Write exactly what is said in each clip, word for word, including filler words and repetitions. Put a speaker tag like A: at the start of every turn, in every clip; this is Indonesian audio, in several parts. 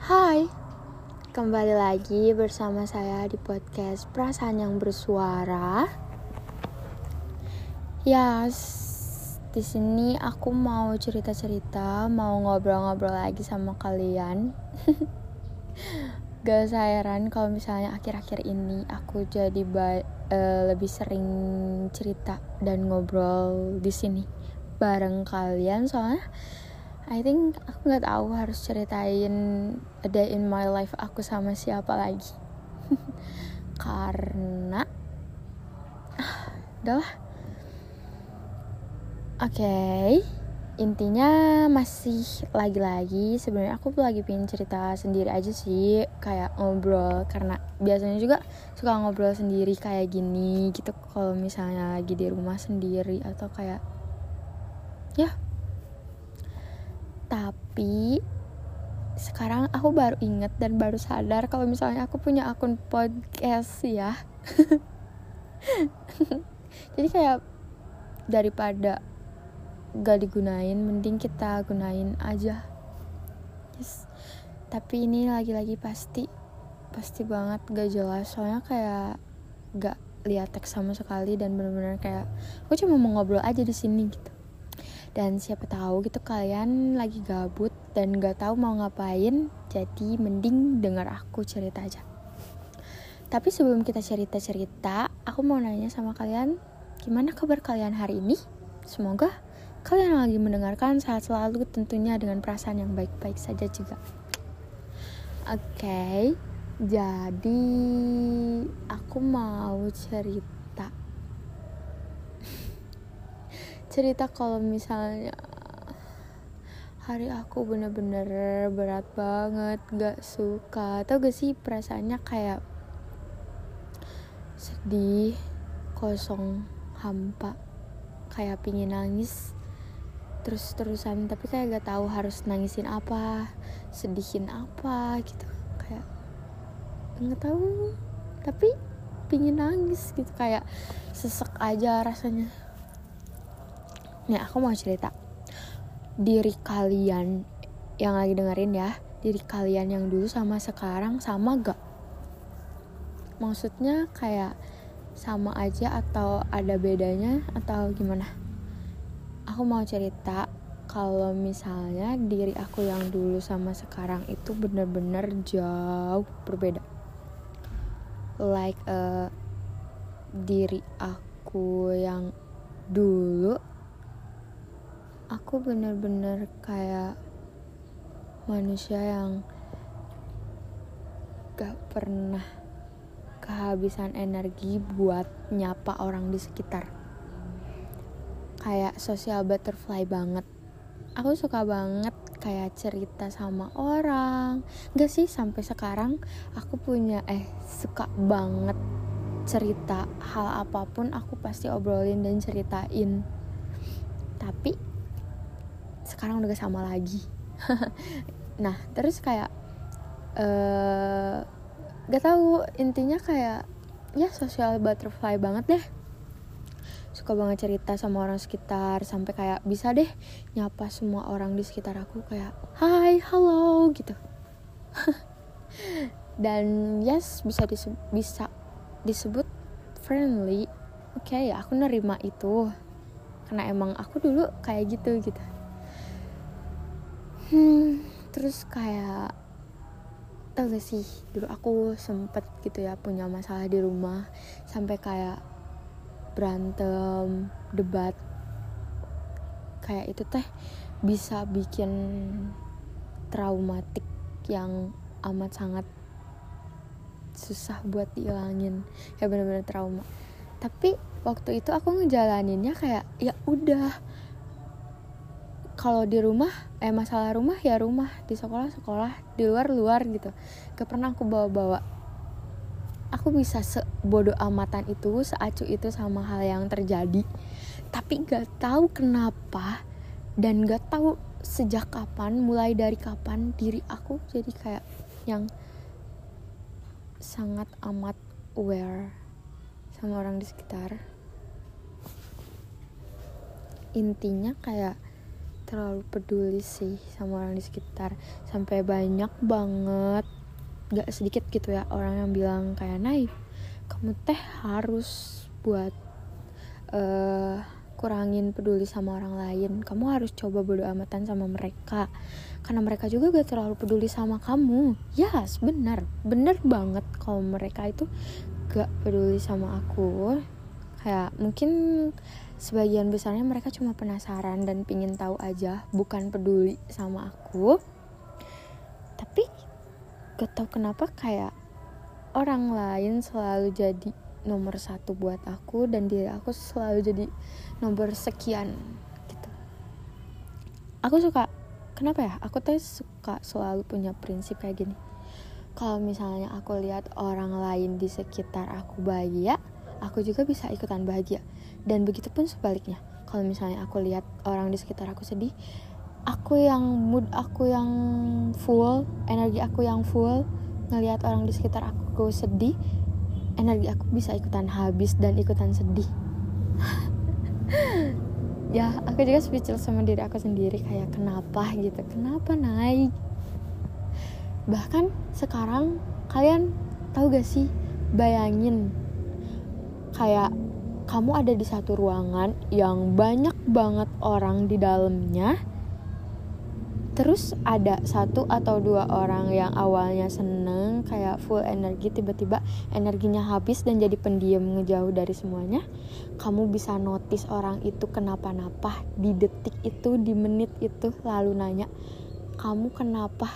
A: Hai, kembali lagi bersama saya di podcast Perasaan yang Bersuara. Yes, di sini aku mau cerita-cerita, mau ngobrol-ngobrol lagi sama kalian. Gak usah heran kalau misalnya akhir-akhir ini aku jadi ba- uh, lebih sering cerita dan ngobrol di sini bareng kalian, soalnya I think aku nggak tahu harus ceritain a day in my life aku sama siapa lagi. Karena ah, udahlah. Oke, okay. Intinya masih lagi-lagi sebenarnya aku lagi pengen cerita sendiri aja sih, kayak ngobrol, karena biasanya juga suka ngobrol sendiri kayak gini gitu kalau misalnya lagi di rumah sendiri atau kayak ya. Tapi sekarang aku baru inget dan baru sadar kalau misalnya aku punya akun podcast ya. Jadi kayak daripada gak digunain, mending kita gunain aja. Yes. Tapi ini lagi-lagi pasti pasti banget gak jelas, soalnya kayak gak lihat teks sama sekali dan benar-benar kayak aku cuma mau ngobrol aja di sini gitu. Dan siapa tahu gitu kalian lagi gabut dan gak tahu mau ngapain, jadi mending dengar aku cerita aja. Tapi sebelum kita cerita-cerita, aku mau nanya sama kalian, gimana kabar kalian hari ini? Semoga kalian lagi mendengarkan sehat selalu, tentunya dengan perasaan yang baik-baik saja juga. Oke, okay, jadi aku mau cerita cerita kalau misalnya hari aku bener-bener berat banget, gak suka. Tau gak sih perasaannya kayak sedih, kosong, hampa, kayak pingin nangis terus-terusan, tapi kayak gak tahu harus nangisin apa, sedihin apa gitu, kayak gak tahu, tapi pingin nangis gitu, kayak sesek aja rasanya. Nih aku mau cerita, diri kalian yang lagi dengerin ya, diri kalian yang dulu sama sekarang sama gak? Maksudnya kayak sama aja atau ada bedanya atau gimana? Aku mau cerita kalau misalnya diri aku yang dulu sama sekarang itu benar-benar jauh berbeda. Like uh, diri aku yang dulu, aku benar-benar kayak manusia yang gak pernah kehabisan energi buat nyapa orang di sekitar. Kayak social butterfly banget. Aku suka banget kayak cerita sama orang. Gak sih, sampai sekarang aku punya eh suka banget cerita hal apapun, aku pasti obrolin dan ceritain. Tapi sekarang udah gak sama lagi. Nah terus kayak uh, gak tahu, intinya kayak ya social butterfly banget deh. Suka banget cerita sama orang sekitar, sampai kayak bisa deh nyapa semua orang di sekitar aku kayak hai, halo gitu. Dan yes, bisa disebut, bisa disebut friendly. Oke okay, ya, aku nerima itu karena emang aku dulu kayak gitu gitu. Hmm, terus kayak tau gak sih, dulu aku sempet gitu ya punya masalah di rumah, sampai kayak berantem, debat. Kayak itu teh bisa bikin traumatik yang amat sangat susah buat dihilangin, kayak benar-benar trauma. Tapi waktu itu aku ngejalaninnya kayak ya udah, kalau di rumah eh masalah rumah ya rumah, di sekolah sekolah, di luar luar gitu. Gak pernah aku bawa-bawa. Aku bisa sebodoh amatan itu, seacuh itu sama hal yang terjadi. Tapi gak tahu kenapa dan gak tahu sejak kapan, mulai dari kapan diri aku jadi kayak yang sangat amat aware sama orang di sekitar. Intinya kayak terlalu peduli sih sama orang di sekitar, sampai banyak banget, gak sedikit gitu ya orang yang bilang kayak, Nay, kamu teh harus buat uh, kurangin peduli sama orang lain, kamu harus coba bodo amatan sama mereka, karena mereka juga gak terlalu peduli sama kamu. Yes, benar, benar banget kalau mereka itu gak peduli sama aku. Kayak mungkin sebagian besarnya mereka cuma penasaran dan pingin tahu aja, bukan peduli sama aku. Tapi gak tahu kenapa kayak orang lain selalu jadi nomor satu buat aku, dan diri aku selalu jadi nomor sekian gitu. Aku suka, kenapa ya, aku tuh suka selalu punya prinsip kayak gini. Kalau misalnya aku lihat orang lain di sekitar aku bahagia, aku juga bisa ikutan bahagia. Dan begitu pun sebaliknya, kalau misalnya aku lihat orang di sekitar aku sedih, aku yang mood aku yang full, energi aku yang full, ngelihat orang di sekitar aku sedih, energi aku bisa ikutan habis dan ikutan sedih. Ya, aku juga speechless sama diri aku sendiri, kayak kenapa gitu, kenapa naik. Bahkan sekarang kalian tahu gak sih, bayangin kayak kamu ada di satu ruangan yang banyak banget orang di dalamnya. Terus ada satu atau dua orang yang awalnya seneng, kayak full energi, tiba-tiba energinya habis dan jadi pendiam, ngejauh dari semuanya. Kamu bisa notice orang itu kenapa-napa di detik itu, di menit itu, lalu nanya, kamu kenapa?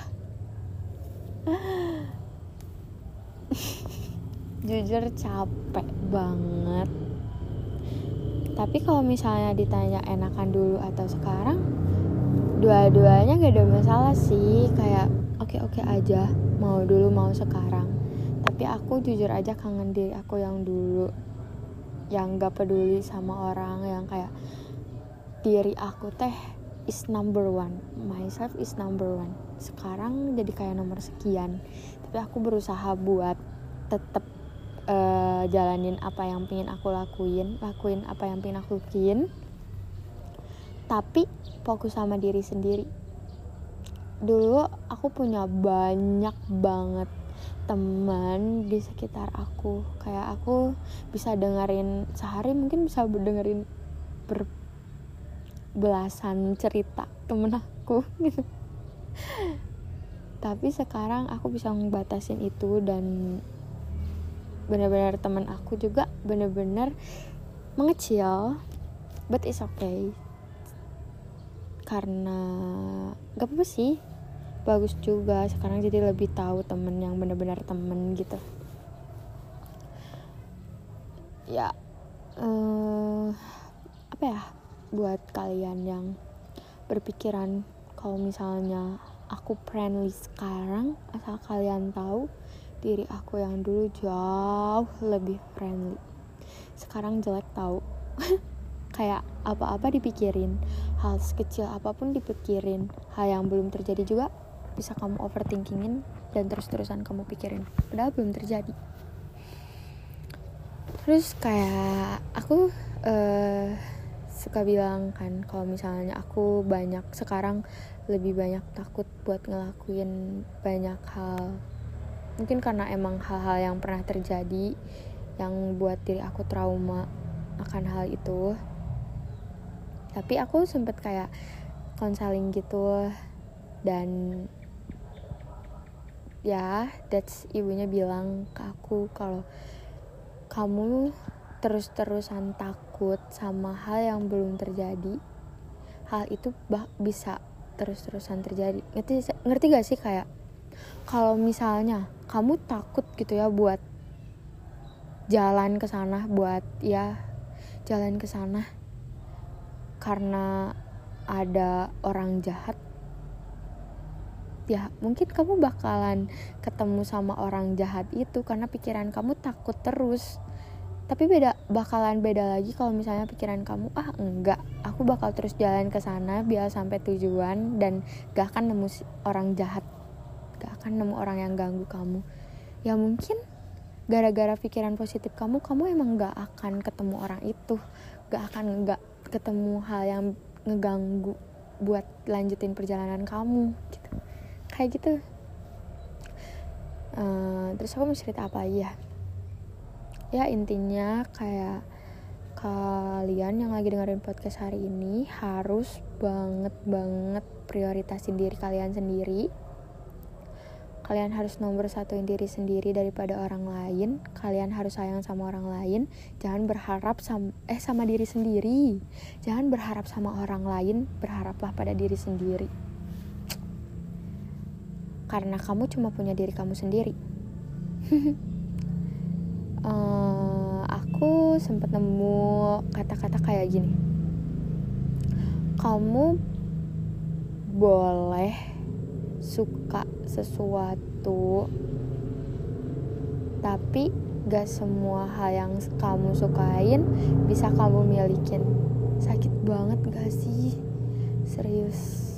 A: Jujur capek banget. Tapi kalau misalnya ditanya enakan dulu atau sekarang, dua-duanya gak ada masalah sih, kayak oke-oke aja, mau dulu mau sekarang. Tapi aku jujur aja kangen diri aku yang dulu, yang gak peduli sama orang, yang kayak diri aku teh is number one, myself is number one. Sekarang jadi kayak nomor sekian. Tapi aku berusaha buat tetap uh, jalanin apa yang pengen aku lakuin, lakuin apa yang pengen aku lakuin, tapi fokus sama diri sendiri. Dulu aku punya banyak banget teman di sekitar aku, kayak aku bisa dengerin sehari, mungkin bisa dengerin berbelasan cerita temen aku gitu. Tapi sekarang aku bisa ngebatasin itu, dan benar-benar teman aku juga benar-benar mengecil, but it's okay. Karena gak apa-apa sih, bagus juga sekarang jadi lebih tahu temen yang benar-benar temen gitu ya. Uh, apa ya, buat kalian yang berpikiran kalau misalnya aku friendly sekarang, asal kalian tahu diri aku yang dulu jauh lebih friendly. Sekarang jelek tahu. Kayak apa-apa dipikirin, hal sekecil apapun dipikirin, hal yang belum terjadi juga bisa kamu overthinkingin dan terus-terusan kamu pikirin, padahal belum terjadi. Terus kayak aku uh, suka bilang kan, kalau misalnya aku banyak sekarang lebih banyak takut buat ngelakuin banyak hal, mungkin karena emang hal-hal yang pernah terjadi yang buat diri aku trauma akan hal itu. Tapi aku sempet kayak konseling gitu, dan ya that's ibunya bilang ke aku kalau kamu terus-terusan takut sama hal yang belum terjadi, hal itu bah bisa terus-terusan terjadi. Ngerti ngerti gak sih, kayak kalau misalnya kamu takut gitu ya buat jalan ke sana, buat ya jalan ke sana karena ada orang jahat, ya mungkin kamu bakalan ketemu sama orang jahat itu karena pikiran kamu takut terus. Tapi beda, bakalan beda lagi kalau misalnya pikiran kamu, ah enggak, aku bakal terus jalan ke sana biar sampai tujuan dan gak akan nemu orang jahat, gak akan nemu orang yang ganggu kamu. Ya mungkin gara-gara pikiran positif kamu, kamu emang gak akan ketemu orang itu, gak akan gak ketemu hal yang ngeganggu buat lanjutin perjalanan kamu gitu. Kayak gitu. Uh, terus aku mau cerita apa lagi ya? Ya intinya kayak kalian yang lagi dengerin podcast hari ini harus banget banget prioritasin diri kalian sendiri. Kalian harus nomor satuin diri sendiri daripada orang lain. Kalian harus sayang sama orang lain. Jangan berharap sama, eh sama diri sendiri. Jangan berharap sama orang lain. Berharaplah pada diri sendiri. Karena kamu cuma punya diri kamu sendiri. uh, Aku sempat nemu kata-kata kayak gini. Kamu boleh suka sesuatu, tapi gak semua hal yang kamu sukain bisa kamu milikin. Sakit banget gak sih? Serius.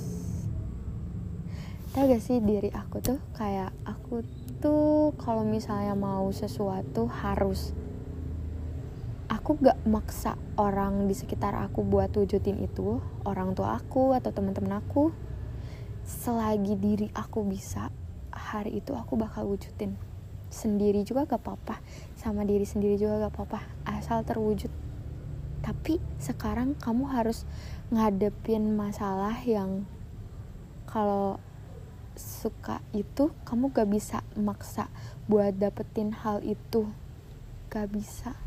A: Tahu gak sih diri aku tuh kayak aku tuh kalau misalnya mau sesuatu harus. Aku gak maksa orang di sekitar aku buat wujudin itu, orang tua aku atau teman-teman aku. Selagi diri aku bisa, hari itu aku bakal wujudin. Sendiri juga gak apa-apa, sama diri sendiri juga gak apa-apa, asal terwujud. Tapi sekarang kamu harus ngadepin masalah yang kalau suka itu kamu gak bisa maksa buat dapetin hal itu. Gak bisa.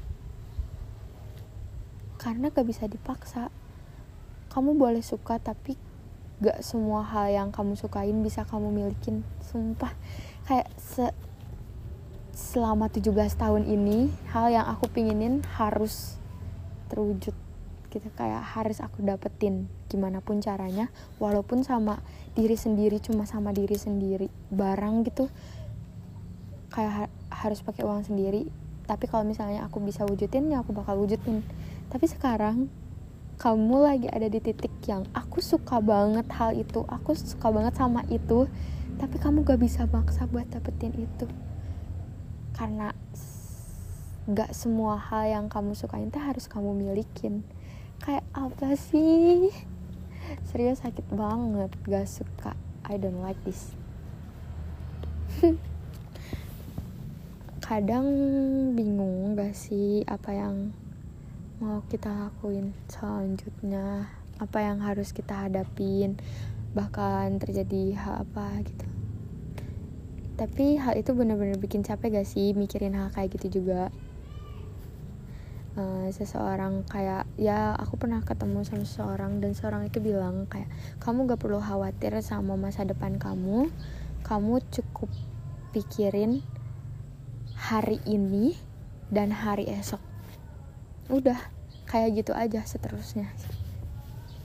A: Karena gak bisa dipaksa. Kamu boleh suka tapi gak semua hal yang kamu sukain bisa kamu milikin. Sumpah. Kayak se- selama tujuh belas tahun ini hal yang aku pinginin harus terwujud gitu. Kayak harus aku dapetin gimana pun caranya. Walaupun sama diri sendiri, cuma sama diri sendiri. Barang gitu kayak ha- harus pakai uang sendiri. Tapi kalau misalnya aku bisa wujudin, ya aku bakal wujudin. Tapi sekarang kamu lagi ada di titik yang aku suka banget hal itu, aku suka banget sama itu, tapi kamu gak bisa maksa buat dapetin itu. Karena gak semua hal yang kamu sukain tuh harus kamu milikin. Kayak apa sih? Serius sakit banget, gak suka. I don't like this. Kadang bingung gak sih apa yang mau kita lakuin selanjutnya, apa yang harus kita hadapin, bahkan terjadi hal apa gitu. Tapi hal itu benar-benar bikin capek gak sih mikirin hal kayak gitu juga. Uh, seseorang kayak, ya aku pernah ketemu sama seseorang dan seseorang itu bilang kayak, kamu gak perlu khawatir sama masa depan kamu, kamu cukup pikirin hari ini dan hari esok. Udah, kayak gitu aja seterusnya.